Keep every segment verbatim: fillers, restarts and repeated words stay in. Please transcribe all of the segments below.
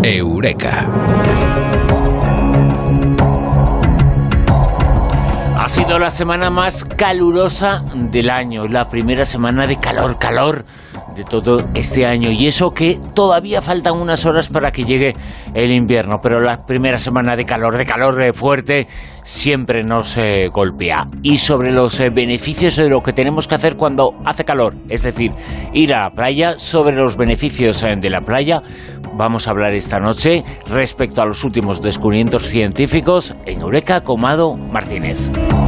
Eureka. Ha sido la semana más calurosa del año, la primera semana de calor, calor de todo este año. Y eso que todavía faltan unas horas para que llegue el invierno, pero la primera semana de calor, de calor fuerte, siempre nos eh, golpea. Y sobre los eh, beneficios de lo que tenemos que hacer cuando hace calor, es decir, ir a la playa, sobre los beneficios eh, de la playa, vamos a hablar esta noche respecto a los últimos descubrimientos científicos en Eureka con Mado Martínez.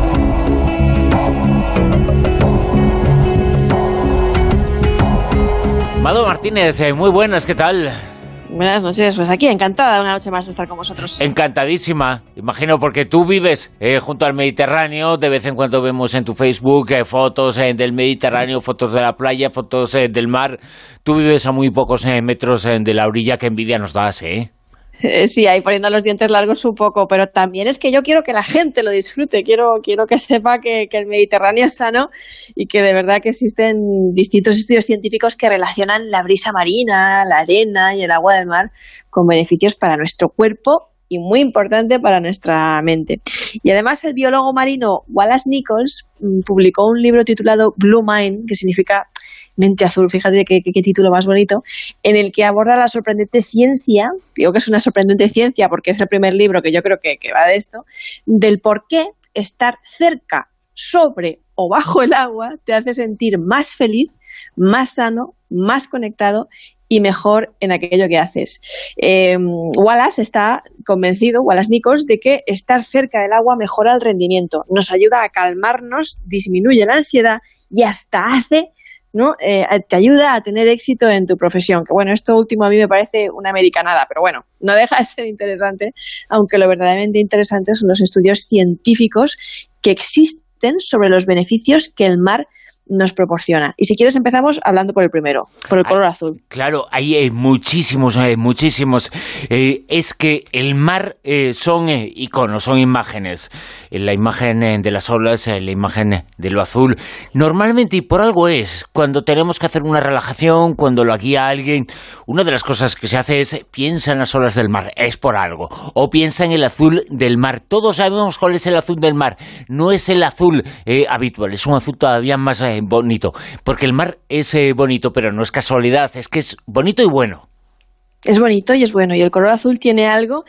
Mado Martínez, eh, muy buenas, ¿qué tal? Buenas noches, pues aquí encantada una noche más de estar con vosotros. Encantadísima, imagino, porque tú vives eh, junto al Mediterráneo. De vez en cuando vemos en tu Facebook eh, fotos eh, del Mediterráneo, fotos de la playa, fotos eh, del mar. Tú vives a muy pocos eh, metros eh, de la orilla, que envidia nos das, ¿eh? Eh, sí, ahí poniendo los dientes largos un poco, pero también es que yo quiero que la gente lo disfrute, quiero, quiero que sepa que, que el Mediterráneo es sano y que de verdad que existen distintos estudios científicos que relacionan la brisa marina, la arena y el agua del mar con beneficios para nuestro cuerpo y muy importante para nuestra mente. Y además el biólogo marino Wallace Nichols mmm, publicó un libro titulado Blue Mind, que significa mente azul, fíjate qué, qué, qué título más bonito, en el que aborda la sorprendente ciencia, digo que es una sorprendente ciencia porque es el primer libro que yo creo que, que va de esto, del por qué estar cerca, sobre o bajo el agua te hace sentir más feliz, más sano, más conectado y mejor en aquello que haces. Eh, Wallace está convencido, Wallace Nichols, de que estar cerca del agua mejora el rendimiento, nos ayuda a calmarnos, disminuye la ansiedad y hasta hace, ¿no? Eh, te ayuda a tener éxito en tu profesión. Que bueno, esto último a mí me parece una americanada, pero bueno, no deja de ser interesante, aunque lo verdaderamente interesante son los estudios científicos que existen sobre los beneficios que el mar nos proporciona. Y si quieres empezamos hablando por el primero, por el color Ay, azul. Claro, hay eh, muchísimos, eh, muchísimos. Eh, es que el mar eh, son eh, iconos, son imágenes. Eh, la imagen eh, de las olas, eh, la imagen eh, de lo azul. Normalmente, y por algo es, cuando tenemos que hacer una relajación, cuando lo guía alguien, una de las cosas que se hace es piensa en las olas del mar, es por algo. O piensa en el azul del mar. Todos sabemos cuál es el azul del mar. No es el azul eh, habitual, es un azul todavía más eh, bonito, porque el mar es eh, bonito, pero no es casualidad, es que es bonito y bueno. Es bonito y es bueno, y el color azul tiene algo,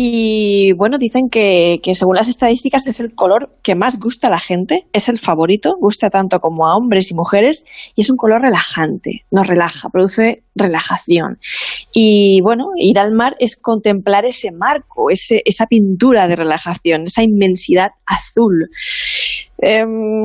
y bueno, dicen que, que según las estadísticas es el color que más gusta a la gente, es el favorito, gusta tanto como a hombres y mujeres, y es un color relajante, nos relaja, produce relajación. Y bueno, ir al mar es contemplar ese marco, ese, esa pintura de relajación, esa inmensidad azul. Eh,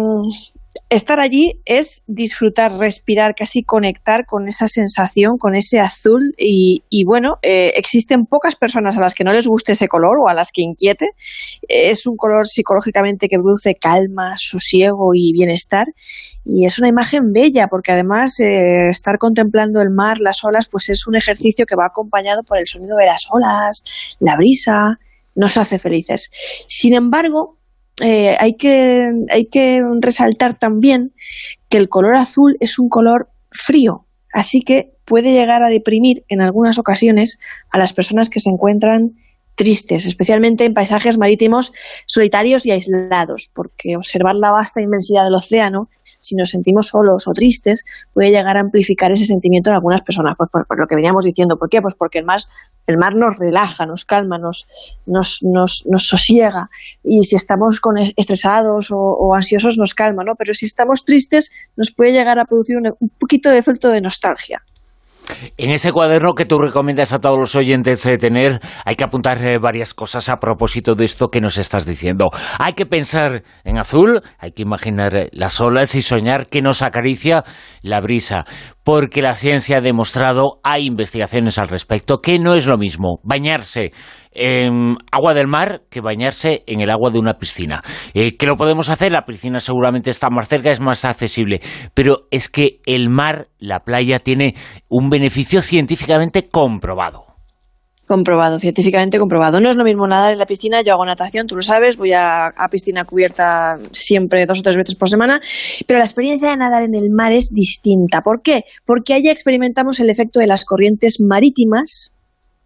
Estar allí es disfrutar, respirar, casi conectar con esa sensación, con ese azul y, y bueno, eh, existen pocas personas a las que no les guste ese color o a las que inquiete. Es un color psicológicamente que produce calma, sosiego y bienestar y es una imagen bella porque además eh, estar contemplando el mar, las olas, pues es un ejercicio que va acompañado por el sonido de las olas, la brisa, nos hace felices. Sin embargo, Eh, hay que, hay que resaltar también que el color azul es un color frío, así que puede llegar a deprimir en algunas ocasiones a las personas que se encuentran tristes, especialmente en paisajes marítimos solitarios y aislados, porque observar la vasta inmensidad del océano, si nos sentimos solos o tristes, puede llegar a amplificar ese sentimiento en algunas personas, pues por, por lo que veníamos diciendo. ¿Por qué? Pues porque el mar, el mar nos relaja, nos calma, nos, nos, nos, nos sosiega, y si estamos con estresados o, o ansiosos nos calma, ¿no? Pero si estamos tristes nos puede llegar a producir un, un poquito de efecto de nostalgia. En ese cuaderno que tú recomiendas a todos los oyentes eh, tener, hay que apuntar eh, varias cosas a propósito de esto que nos estás diciendo. Hay que pensar en azul, hay que imaginar eh, las olas y soñar que nos acaricia la brisa, porque la ciencia ha demostrado, hay investigaciones al respecto, que no es lo mismo bañarse en agua del mar que bañarse en el agua de una piscina. Eh, que lo podemos hacer, la piscina seguramente está más cerca, es más accesible, pero es que el mar, la playa, tiene un beneficio científicamente comprobado. Comprobado, científicamente comprobado. No es lo mismo nadar en la piscina, yo hago natación, tú lo sabes, voy a, a piscina cubierta siempre dos o tres veces por semana, pero la experiencia de nadar en el mar es distinta. ¿Por qué? Porque allí experimentamos el efecto de las corrientes marítimas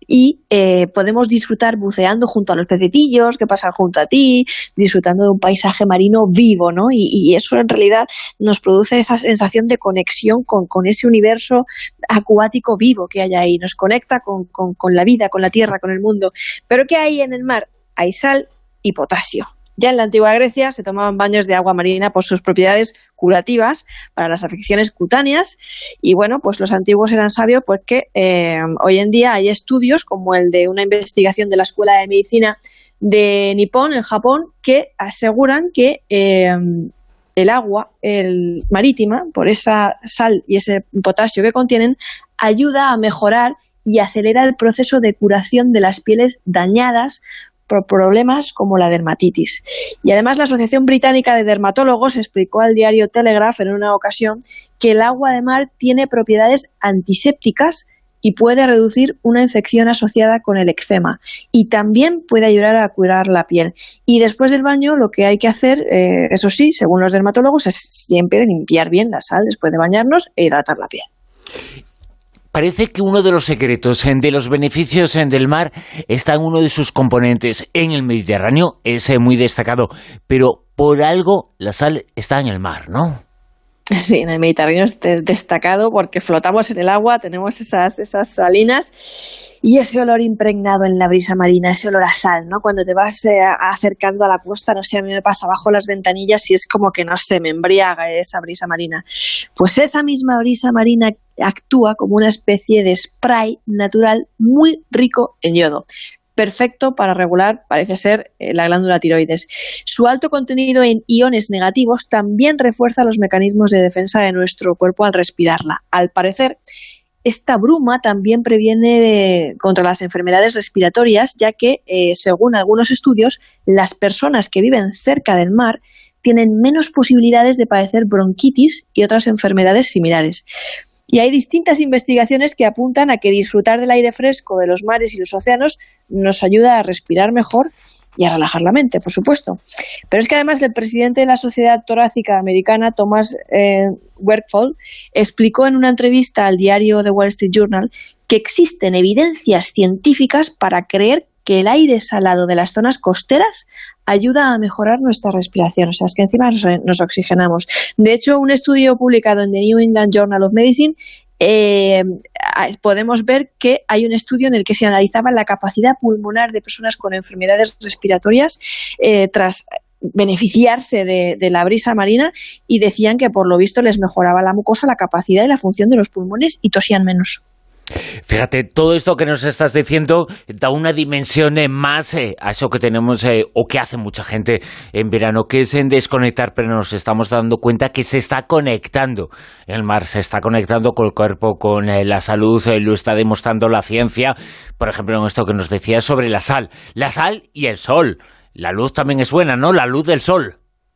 y eh, podemos disfrutar buceando junto a los pececillos que pasan junto a ti, disfrutando de un paisaje marino vivo, ¿no? Y, y eso en realidad nos produce esa sensación de conexión con, con ese universo acuático vivo que hay ahí, nos conecta con, con, con la vida, con la tierra, con el mundo. ¿Pero qué hay en el mar? Hay sal y potasio. Ya en la antigua Grecia se tomaban baños de agua marina por sus propiedades curativas para las afecciones cutáneas y bueno, pues los antiguos eran sabios porque eh, hoy en día hay estudios como el de una investigación de la Escuela de Medicina de Nippon en Japón que aseguran que eh, el agua el marítima, por esa sal y ese potasio que contienen, ayuda a mejorar y acelera el proceso de curación de las pieles dañadas por problemas como la dermatitis. Y además la Asociación Británica de Dermatólogos explicó al diario Telegraph en una ocasión que el agua de mar tiene propiedades antisépticas y puede reducir una infección asociada con el eczema y también puede ayudar a curar la piel. Y después del baño lo que hay que hacer, eh, eso sí, según los dermatólogos, es siempre limpiar bien la sal después de bañarnos e hidratar la piel. Parece que uno de los secretos de los beneficios del mar está en uno de sus componentes. En el Mediterráneo es muy destacado, pero por algo la sal está en el mar, ¿no? Sí, en el Mediterráneo es destacado porque flotamos en el agua, tenemos esas, esas salinas y ese olor impregnado en la brisa marina, ese olor a sal, ¿no? Cuando te vas eh, acercando a la costa, no sé, a mí me pasa bajo las ventanillas y es como que, no sé, me embriaga esa brisa marina. Pues esa misma brisa marina actúa como una especie de spray natural muy rico en yodo. Perfecto para regular, parece ser, eh, la glándula tiroides. Su alto contenido en iones negativos también refuerza los mecanismos de defensa de nuestro cuerpo al respirarla. Al parecer, esta bruma también previene de, contra las enfermedades respiratorias, ya que, eh, según algunos estudios, las personas que viven cerca del mar tienen menos posibilidades de padecer bronquitis y otras enfermedades similares. Y hay distintas investigaciones que apuntan a que disfrutar del aire fresco de los mares y los océanos nos ayuda a respirar mejor y a relajar la mente, por supuesto. Pero es que además el presidente de la Sociedad Torácica Americana, Thomas eh, Werkfall, explicó en una entrevista al diario The Wall Street Journal que existen evidencias científicas para creer que el aire salado de las zonas costeras ayuda a mejorar nuestra respiración, o sea, es que encima nos, nos oxigenamos. De hecho, un estudio publicado en The New England Journal of Medicine, eh, podemos ver que hay un estudio en el que se analizaba la capacidad pulmonar de personas con enfermedades respiratorias eh, tras beneficiarse de, de la brisa marina y decían que por lo visto les mejoraba la mucosa, la capacidad y la función de los pulmones y tosían menos. Fíjate, todo esto que nos estás diciendo da una dimensión eh, más eh, a eso que tenemos eh, o que hace mucha gente en verano, que es en desconectar, pero nos estamos dando cuenta que se está conectando. El mar se está conectando con el cuerpo, con eh, la salud, eh, lo está demostrando la ciencia. Por ejemplo, en esto que nos decías sobre la sal. La sal y el sol. La luz también es buena, ¿no? La luz del sol.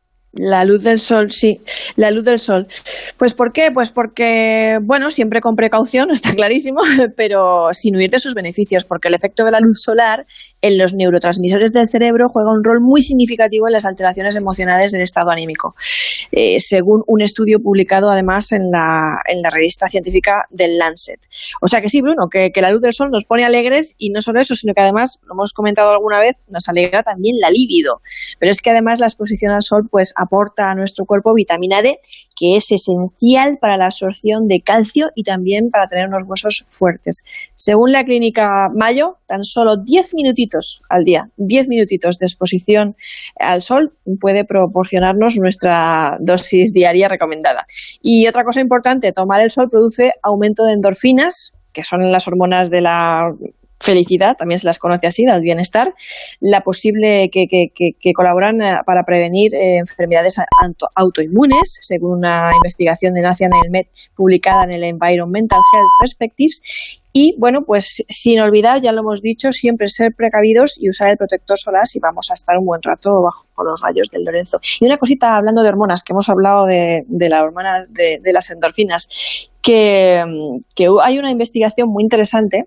La luz del sol, sí, la luz del sol. Pues ¿por qué? Pues porque, bueno, siempre con precaución, está clarísimo, pero sin huir de sus beneficios, porque el efecto de la luz solar en los neurotransmisores del cerebro juega un rol muy significativo en las alteraciones emocionales del estado anímico, eh, según un estudio publicado además en la, en la revista científica del Lancet. O sea que sí, Bruno, que, que la luz del sol nos pone alegres y no solo eso, sino que además, lo hemos comentado alguna vez, nos alegra también la libido. Pero es que además la exposición al sol pues aporta a nuestro cuerpo vitamina D, que es esencial para la absorción de calcio y también para tener unos huesos fuertes. Según la clínica Mayo, tan solo diez minutitos al día, diez minutitos de exposición al sol puede proporcionarnos nuestra dosis diaria recomendada. Y otra cosa importante, tomar el sol produce aumento de endorfinas, que son las hormonas de la felicidad, también se las conoce así, del bienestar, la posible que, que, que, que colaboran para prevenir eh, enfermedades auto, autoinmunes, según una investigación de National Med publicada en el Environmental Health Perspectives. Y bueno, pues sin olvidar, ya lo hemos dicho, siempre ser precavidos y usar el protector solar si vamos a estar un buen rato bajo los rayos del Lorenzo. Y una cosita, hablando de hormonas, que hemos hablado de, de las hormonas de, de las endorfinas, que, que hay una investigación muy interesante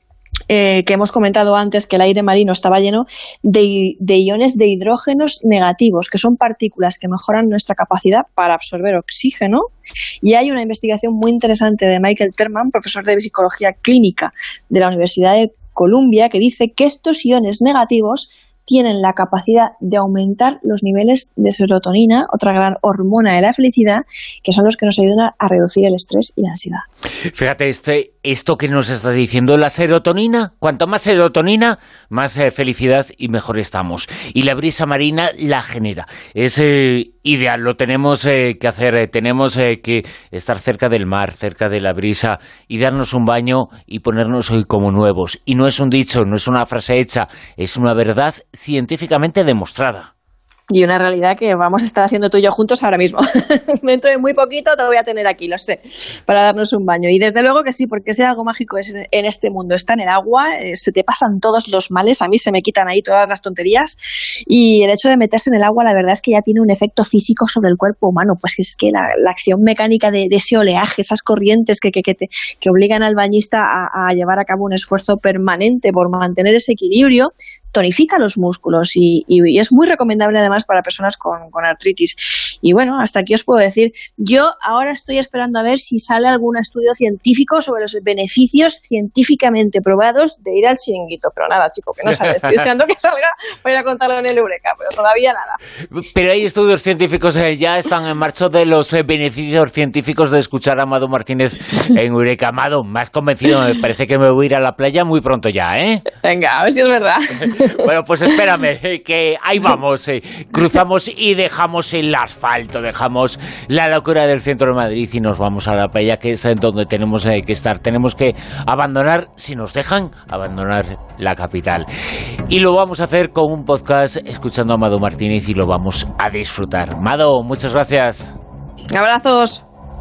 Eh, que hemos comentado antes, que el aire marino estaba lleno de, de iones de hidrógenos negativos, que son partículas que mejoran nuestra capacidad para absorber oxígeno. Y hay una investigación muy interesante de Michael Terman, profesor de psicología clínica de la Universidad de Columbia, que dice que estos iones negativos tienen la capacidad de aumentar los niveles de serotonina, otra gran hormona de la felicidad, que son los que nos ayudan a reducir el estrés y la ansiedad. Fíjate, este, esto que nos estás diciendo, la serotonina, cuanto más serotonina, más eh, felicidad y mejor estamos. Y la brisa marina la genera. Es eh, ideal, lo tenemos eh, que hacer, eh, tenemos eh, que estar cerca del mar, cerca de la brisa y darnos un baño y ponernos hoy como nuevos. Y no es un dicho, no es una frase hecha, es una verdad científicamente demostrada. Y una realidad que vamos a estar haciendo tú y yo juntos ahora mismo. Dentro de muy poquito te voy a tener aquí, lo sé, para darnos un baño. Y desde luego que sí, porque si algo mágico es en este mundo, está en el agua, eh, se te pasan todos los males, a mí se me quitan ahí todas las tonterías. Y el hecho de meterse en el agua, la verdad es que ya tiene un efecto físico sobre el cuerpo humano. Pues es que la, la acción mecánica de, de ese oleaje, esas corrientes que, que, que, te, que obligan al bañista a, a llevar a cabo un esfuerzo permanente por mantener ese equilibrio, tonifica los músculos y, y, y es muy recomendable además para personas con, con artritis. Y bueno, hasta aquí os puedo decir, yo ahora estoy esperando a ver si sale algún estudio científico sobre los beneficios científicamente probados de ir al chiringuito, pero nada, chico, que no sale, estoy deseando que salga para ir a contarlo en el Eureka, pero todavía nada. Pero hay estudios científicos, eh, ya están en marcha de los eh, beneficios científicos de escuchar a Amado Martínez en Eureka. Amado, me has convencido, me parece que me voy a ir a la playa muy pronto ya, ¿eh? Venga, a ver si es verdad. Bueno, pues espérame, que ahí vamos, eh. cruzamos y dejamos el asfalto, dejamos la locura del centro de Madrid y nos vamos a la playa, que es donde tenemos eh, que estar. Tenemos que abandonar, si nos dejan, abandonar la capital. Y lo vamos a hacer con un podcast escuchando a Amado Martínez y lo vamos a disfrutar. Amado, muchas gracias. Abrazos.